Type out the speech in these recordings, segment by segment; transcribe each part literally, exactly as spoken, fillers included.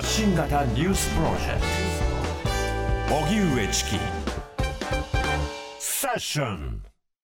発信型ニュースプロジェクト荻上チキセッション。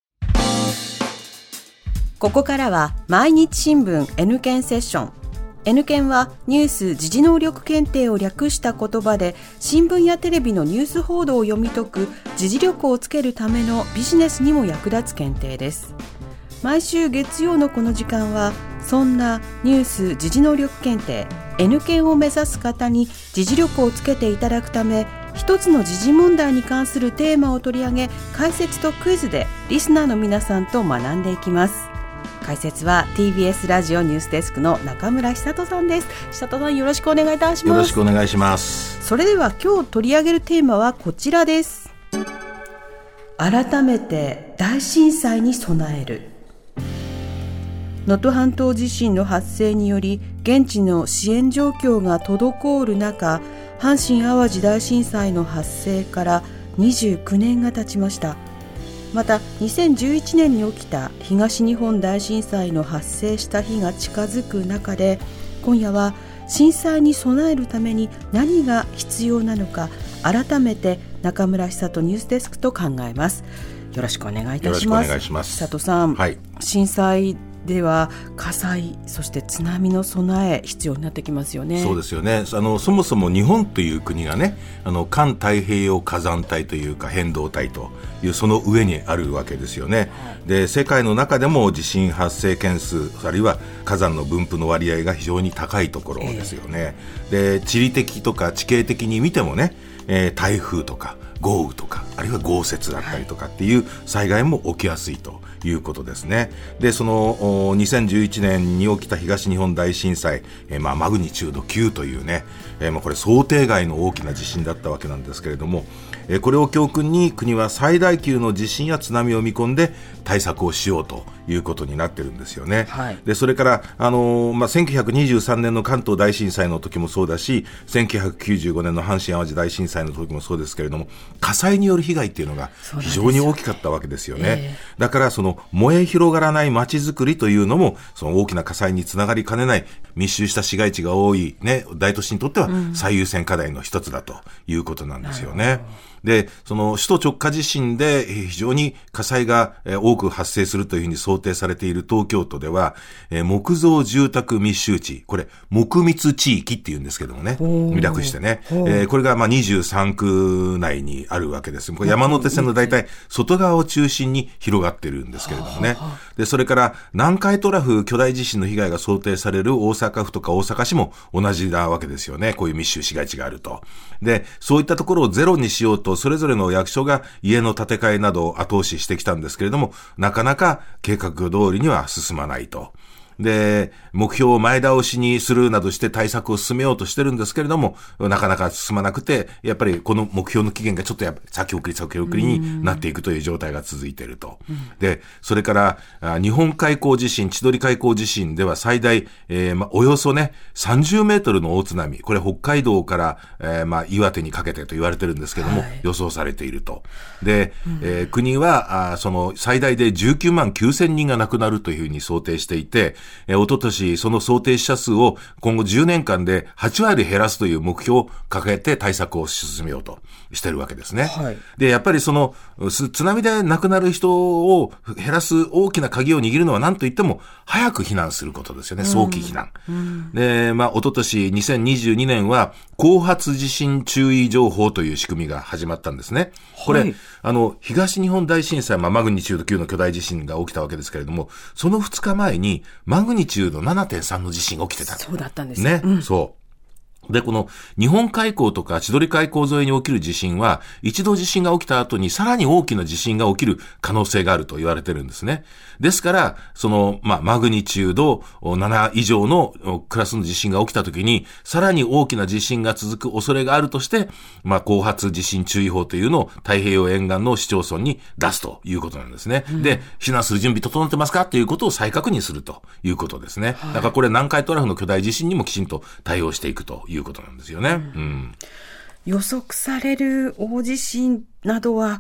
ここからは毎日新聞 N 検セッション。 N 検はニュース時事能力検定を略した言葉で、新聞やテレビのニュース報道を読み解く時事力をつけるためのビジネスにも役立つ検定です。毎週月曜のこの時間は、そんなニュース時事能力検定 N 検を目指す方に時事力をつけていただくため、一つの時事問題に関するテーマを取り上げ、解説とクイズでリスナーの皆さんと学んでいきます。解説は ティービーエス ラジオニュースデスクの中村久人さんです。久人さん、よろしくお願いいたします。 よろしくお願いします。 それでは今日取り上げるテーマはこちらです。改めて大震災に備える。能登半島地震の発生により現地の支援状況が滞る中、阪神淡路大震災の発生からにじゅうきゅうねんが経ちました。またにせんじゅういちねんに起きた東日本大震災の発生した日が近づく中で、今夜は震災に備えるために何が必要なのか、改めて中村久人ニュースデスクと考えます。よろしくお願いいたします。よろしくお願いします。久人さん、はい、震災では火災、そして津波の備え必要になってきますよね。 そうですよね。あのそもそも日本という国がね、あの環太平洋火山帯というか変動帯というその上にあるわけですよね、はい、で世界の中でも地震発生件数、あるいは火山の分布の割合が非常に高いところですよね、えー、で地理的とか地形的に見てもね、えー、台風とか豪雨とか、あるいは豪雪だったりとかっていう災害も起きやすいということですね。でそのにせんじゅういちねんに起きた東日本大震災、えーまあ、マグニチュードきゅうというね、えーまあ、これ想定外の大きな地震だったわけなんですけれども、えー、これを教訓に国は最大級の地震や津波を見込んで対策をしようということになってるんですよね、はい、でそれから、あのーまあ、せんきゅうひゃくにじゅうさんねんの関東大震災の時もそうだし、せんきゅうひゃくきゅうじゅうごねんの阪神淡路大震災の時もそうですけれども、火災による被害っていうのが非常に大きかったわけですよね、えー、だからその燃え広がらない街づくりというのもその大きな火災につながりかねない、密集した市街地が多い、ね、大都市にとっては最優先課題の一つだということなんですよね、うんでその首都直下地震で非常に火災が多く発生するというふうに想定されている東京都では、木造住宅密集地、これ木密地域っていうんですけどもね、略してね、えー、これがまあにじゅうさんく内にあるわけです。これ山手線の大体外側を中心に広がってるんですけれどもね。でそれから南海トラフ巨大地震の被害が想定される大阪府とか大阪市も同じなわけですよね。こういう密集市街地があると。でそういったところをゼロにしようとそれぞれの役所が家の建て替えなどを後押ししてきたんですけれども、なかなか計画通りには進まないと。で目標を前倒しにするなどして対策を進めようとしてるんですけれども、なかなか進まなくて、やっぱりこの目標の期限がちょっとやっぱ先送り先送りになっていくという状態が続いていると。でそれから日本海溝地震、千鳥海溝地震では最大、えーまあ、およそねさんじゅうメートルの大津波、これ北海道から、えーまあ、岩手にかけてと言われてるんですけども、はい、予想されていると。で、うんえー、国はあその最大でじゅうきゅうまんきゅうせんにんが亡くなるというふうに想定していて、えー、おととしその想定死者数を今後じゅうねんかんではちわり減らすという目標を掲げて対策を進めようとしてるわけですね、はい、でやっぱりその津波で亡くなる人を減らす大きな鍵を握るのは何といっても早く避難することですよね。早期避難、うん、で、まあ、おととしにせんにじゅうにねんは後発地震注意情報という仕組みが始まったんですね。これ、はい、あの東日本大震災、まあ、マグニチュードきゅうの巨大地震が起きたわけですけれども、そのふつかまえにマグニチュード ななてんさん の地震が起きてた。 そうだったんですね、 うん、そうで、この日本海溝とか千鳥海溝沿いに起きる地震は、一度地震が起きた後にさらに大きな地震が起きる可能性があると言われてるんですね。ですから、その、まあ、マグニチュードなな以上のクラスの地震が起きた時に、さらに大きな地震が続く恐れがあるとして、まあ、後発地震注意報というのを太平洋沿岸の市町村に出すということなんですね。うん、で、避難する準備整ってますかということを再確認するということですね。はい、だからこれ南海トラフの巨大地震にもきちんと対応していくということなんですよね。うんうん、 予測される大地震などは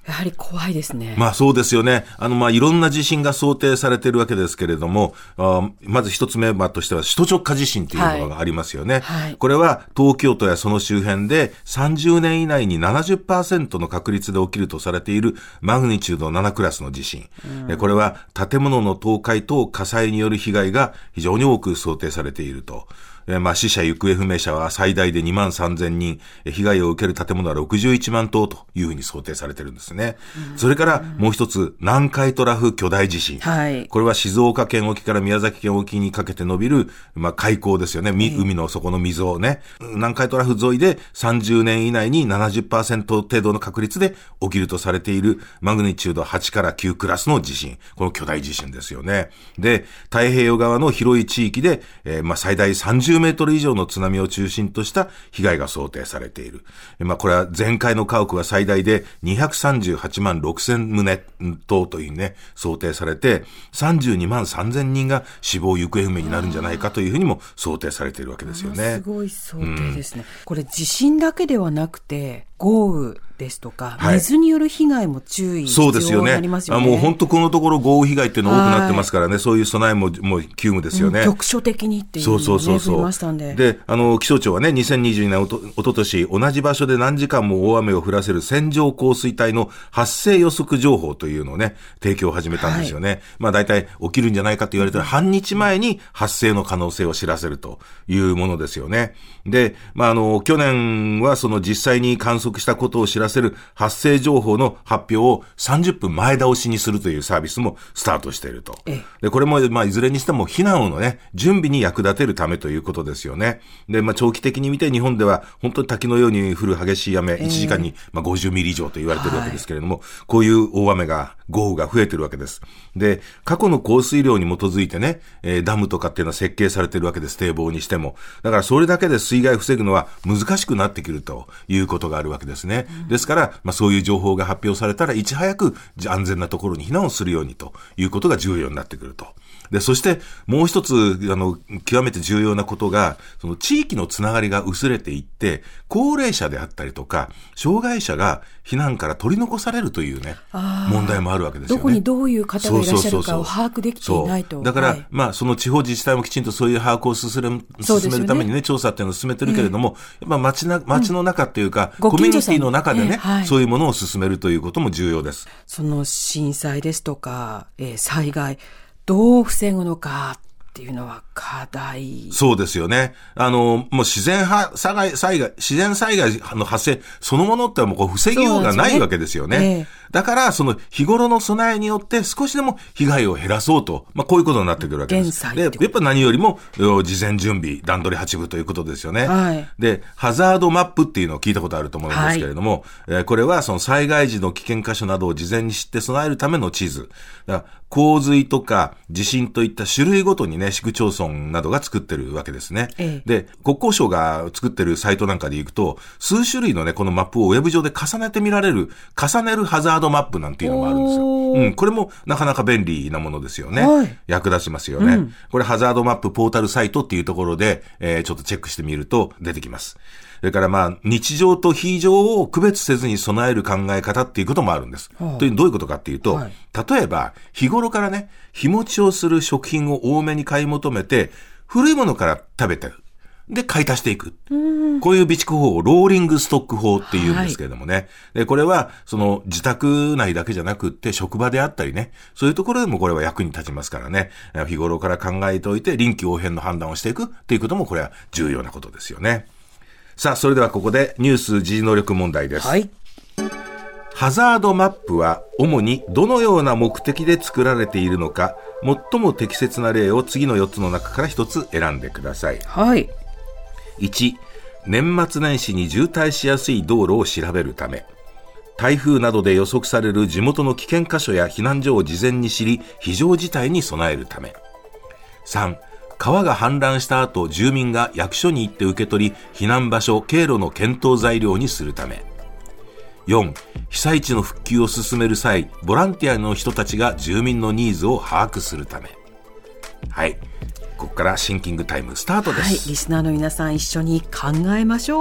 やはり怖いですね。 まあそうですよね。あのまあいろんな地震が想定されているわけですけれども、あまず一つ目としては首都直下地震というものがありますよね、はいはい。これは東京都やその周辺でさんじゅうねん以内に ななじゅっパーセント の確率で起きるとされているマグニチュードななクラスの地震、うん、これは建物の倒壊と火災による被害が非常に多く想定されていると。えー、まあ死者行方不明者は最大でにまんさんぜんにん、被害を受ける建物はろくじゅういちまんとうというふうに想定されているんですね。うん、それからもう一つ、南海トラフ巨大地震、はい、これは静岡県沖から宮崎県沖にかけて伸びる、まあ、海溝ですよね、海の底の溝をね、南海トラフ沿いでさんじゅうねん以内に ななじゅっパーセント 程度の確率で起きるとされているマグニチュードはちからきゅうクラスの地震、この巨大地震ですよね。で、太平洋側の広い地域で、えー、まあ最大さんじゅうメートル以上の津波を中心とした被害が想定されている。まあこれは全壊の家屋は最大でにひゃくさんじゅうはちまんろくせんとうというね、想定されて、さんじゅうにまんさんぜんにんが死亡行方不明になるんじゃないかというふうにも想定されているわけですよね。 すごい想定ですね。うん、これ地震だけではなくて、豪雨ですとか、はい、水による被害も注意必要になりますよね。 そうですよね。あ、もう本当このところ豪雨被害っていうの多くなってますからね、はい、そういう備えももう急務ですよね。 うん、局所的にっていうのもね、そうそうそうそう、増えましたんで。 で、あの気象庁はね、にせんにじゅうにねんおと、おととし同じ場所で何時間も大雨を降らせる線状降水帯の発生予測情報というのをね、提供を始めたんですよね。はい、まあ大体起きるんじゃないかと言われてる半日前に発生の可能性を知らせるというものですよね。で、まああの去年はその実際に観測したことを知らせる発生情報の発表をさんじゅっぷんまえ倒しにするというサービスもスタートしていると。で、これもまあいずれにしても避難のね、準備に役立てるためということですよね。で、まあ長期的に見て日本では本当に滝のように降る激しい雨、いちじかんにまあごじゅうミリ以上と言われているわけですけれども、はい、こういう大雨が、豪雨が増えているわけです。で、過去の降水量に基づいてね、えー、ダムとかっていうのは設計されているわけです、堤防にしても。だからそれだけで水害を防ぐのは難しくなってくるということがあるわけですね。うん、ですから、まあそういう情報が発表されたらいち早く安全なところに避難をするようにということが重要になってくると。で、そしてもう一つ、あの、極めて重要なことが、その地域のつながりが薄れていって、高齢者であったりとか、障害者が避難から取り残されるというね、問題もあるわけですよね。 どこにどういう方がいらっしゃるかを把握できていないと。 だから、はい、まあ、その地方自治体もきちんとそういう把握を進める、進めるためにね、調査っていうのを進めてるけれども、えー、やっぱ街な、街の中っていうか、うん、コミュニティの中でね、えーはい、そういうものを進めるということも重要です。 その震災ですとか、えー、災害、どう防ぐのかっていうのは課題。 そうですよね。あの、もう自然災害、災害、自然災害の発生そのものってもうこう防ぎようがないわけですよね。ええ、だから、その日頃の備えによって少しでも被害を減らそうと、まあこういうことになってくるわけです。で、やっぱ何よりも事前準備、段取り八分ということですよね。はい、で、ハザードマップっていうのを聞いたことあると思うんですけれども、はい、えー、これはその災害時の危険箇所などを事前に知って備えるための地図。だから洪水とか地震といった種類ごとにね、市区町村などが作ってるわけですね。ええ、で、国交省が作ってるサイトなんかで行くと、数種類のね、このマップをウェブ上で重ねて見られる、重ねるハザードマップなんていうのもあるんですよ。うん、これもなかなか便利なものですよね。はい、役立ちますよね、うん。これハザードマップポータルサイトっていうところで、えー、ちょっとチェックしてみると出てきます。それからまあ、日常と非常を区別せずに備える考え方っていうこともあるんです。はあ、というどういうことかっていうと、はい、例えば、日頃からね、日持ちをする食品を多めに買い求めて、古いものから食べてる。で、買い足していく。うこういう備蓄法をローリングストック法っていうんですけれどもね。はい、で、これは、その、自宅内だけじゃなくって、職場であったりね、そういうところでもこれは役に立ちますからね。日頃から考えておいて、臨機応変の判断をしていくっていうことも、これは重要なことですよね。さあ、それではここでニュース時事能力問題です。はい。ハザードマップは主にどのような目的で作られているのか、最も適切な例を次のよっつの中からひとつ選んでください。はい。いち、年末年始に渋滞しやすい道路を調べるため。台風などで予測される地元の危険箇所や避難所を事前に知り、非常事態に備えるため。さん、川が氾濫した後、住民が役所に行って受け取り、避難場所、経路の検討材料にするため。よん、被災地の復旧を進める際、ボランティアの人たちが住民のニーズを把握するため。はい。ここからシンキングタイムスタートです。はい。 リスナーの皆さん一緒に考えましょう。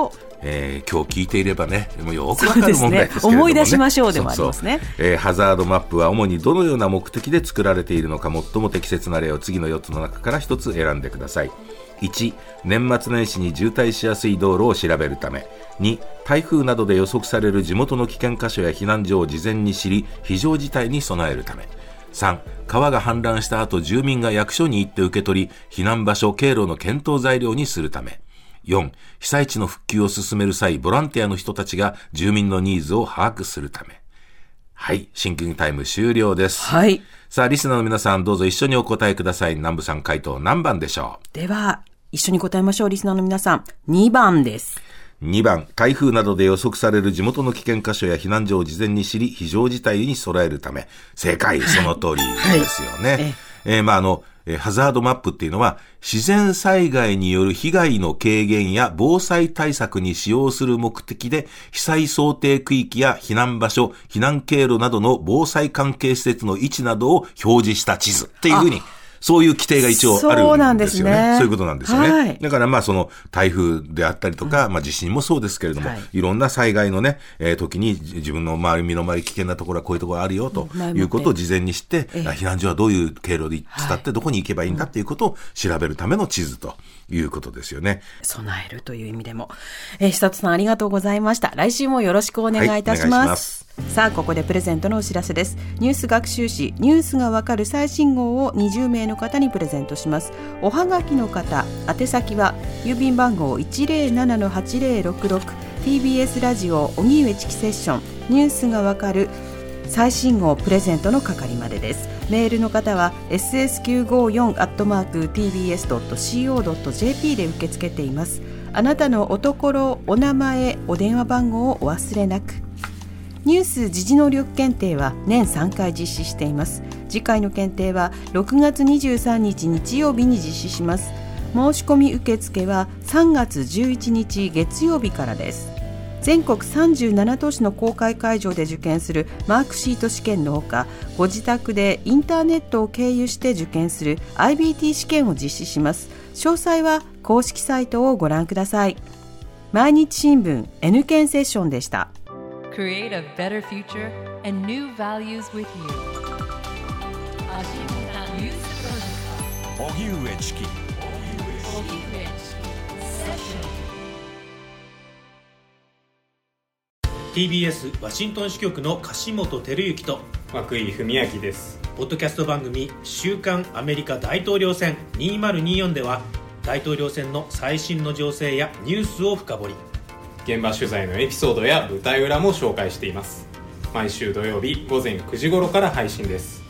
えー、今日聞いていればねもうよくわかる問題ですけれども、ね、 思い出しましょうでもありますね。 そうそう、えー、ハザードマップは主にどのような目的で作られているのか最も適切な例を次のよっつの中からひとつ選んでください。いち、年末年始に渋滞しやすい道路を調べるため。に、台風などで予測される地元の危険箇所や避難所を事前に知り非常事態に備えるため。さん、川が氾濫した後住民が役所に行って受け取り避難場所経路の検討材料にするため。よん、被災地の復旧を進める際ボランティアの人たちが住民のニーズを把握するため。はい、シンキングタイム終了です。 はい。 さあリスナーの皆さんどうぞ一緒にお答えください。南部さん回答何番でしょう。 では一緒に答えましょう。リスナーの皆さんにばんです。 にばん、台風などで予測される地元の危険箇所や避難所を事前に知り非常事態に備えるため。正解、その通りですよね。はいはい、えー、まああのハザードマップっていうのは自然災害による被害の軽減や防災対策に使用する目的で被災想定区域や避難場所、避難経路などの防災関係施設の位置などを表示した地図っていうふうにそういう規定が一応あるんですよね。そうなんですね。そういうことなんですよね。はい、だからまあその台風であったりとか、うん、まあ地震もそうですけれども、はい、いろんな災害のね、えー、時に自分の周り身の回り危険なところはこういうところあるよということを事前に知って、えー、避難所はどういう経路で伝ってどこに行けばいいんだっていうことを調べるための地図ということですよね。 備えるという意味でも、えー、久人さんありがとうございました。来週もよろしくお願いいたします。はい、お願いします。さあここでプレゼントのお知らせです。ニュース学習誌ニュースがわかる最新号をにじゅうめいの方にプレゼントします。おはがきの方宛先は郵便番号 いちぜろななのはちぜろろくろく ティービーエス ラジオ荻上チキセッションニュースがわかる最新号プレゼントの係までです。メールの方は エスエスきゅうごよん アットマーク ティービーエス ドット シーオー ドット ジェーピー で受け付けています。あなたのおところ、お名前、お電話番号をお忘れなく。ニュース時事能力検定は年さんかい実施しています。次回の検定はろくがつにじゅうさんにち日曜日に実施します。申し込み受付はさんがつじゅういちにち月曜日からです。全国さんじゅうななとしの公開会場で受験するマークシート試験のほか、ご自宅でインターネットを経由して受験する アイビーティー 試験を実施します。詳細は公式サイトをご覧ください。毎日新聞 N 検セッションでした。 Create a better future and new values with you. 荻上チキティービーエス ワシントン支局の樫本照之と涌井文明です。 ポッドキャスト番組週刊アメリカ大統領選にせんにじゅうよんでは大統領選の最新の情勢やニュースを深掘り、 現場取材のエピソードや舞台裏も紹介しています。毎週土曜日午前くじ頃から配信です。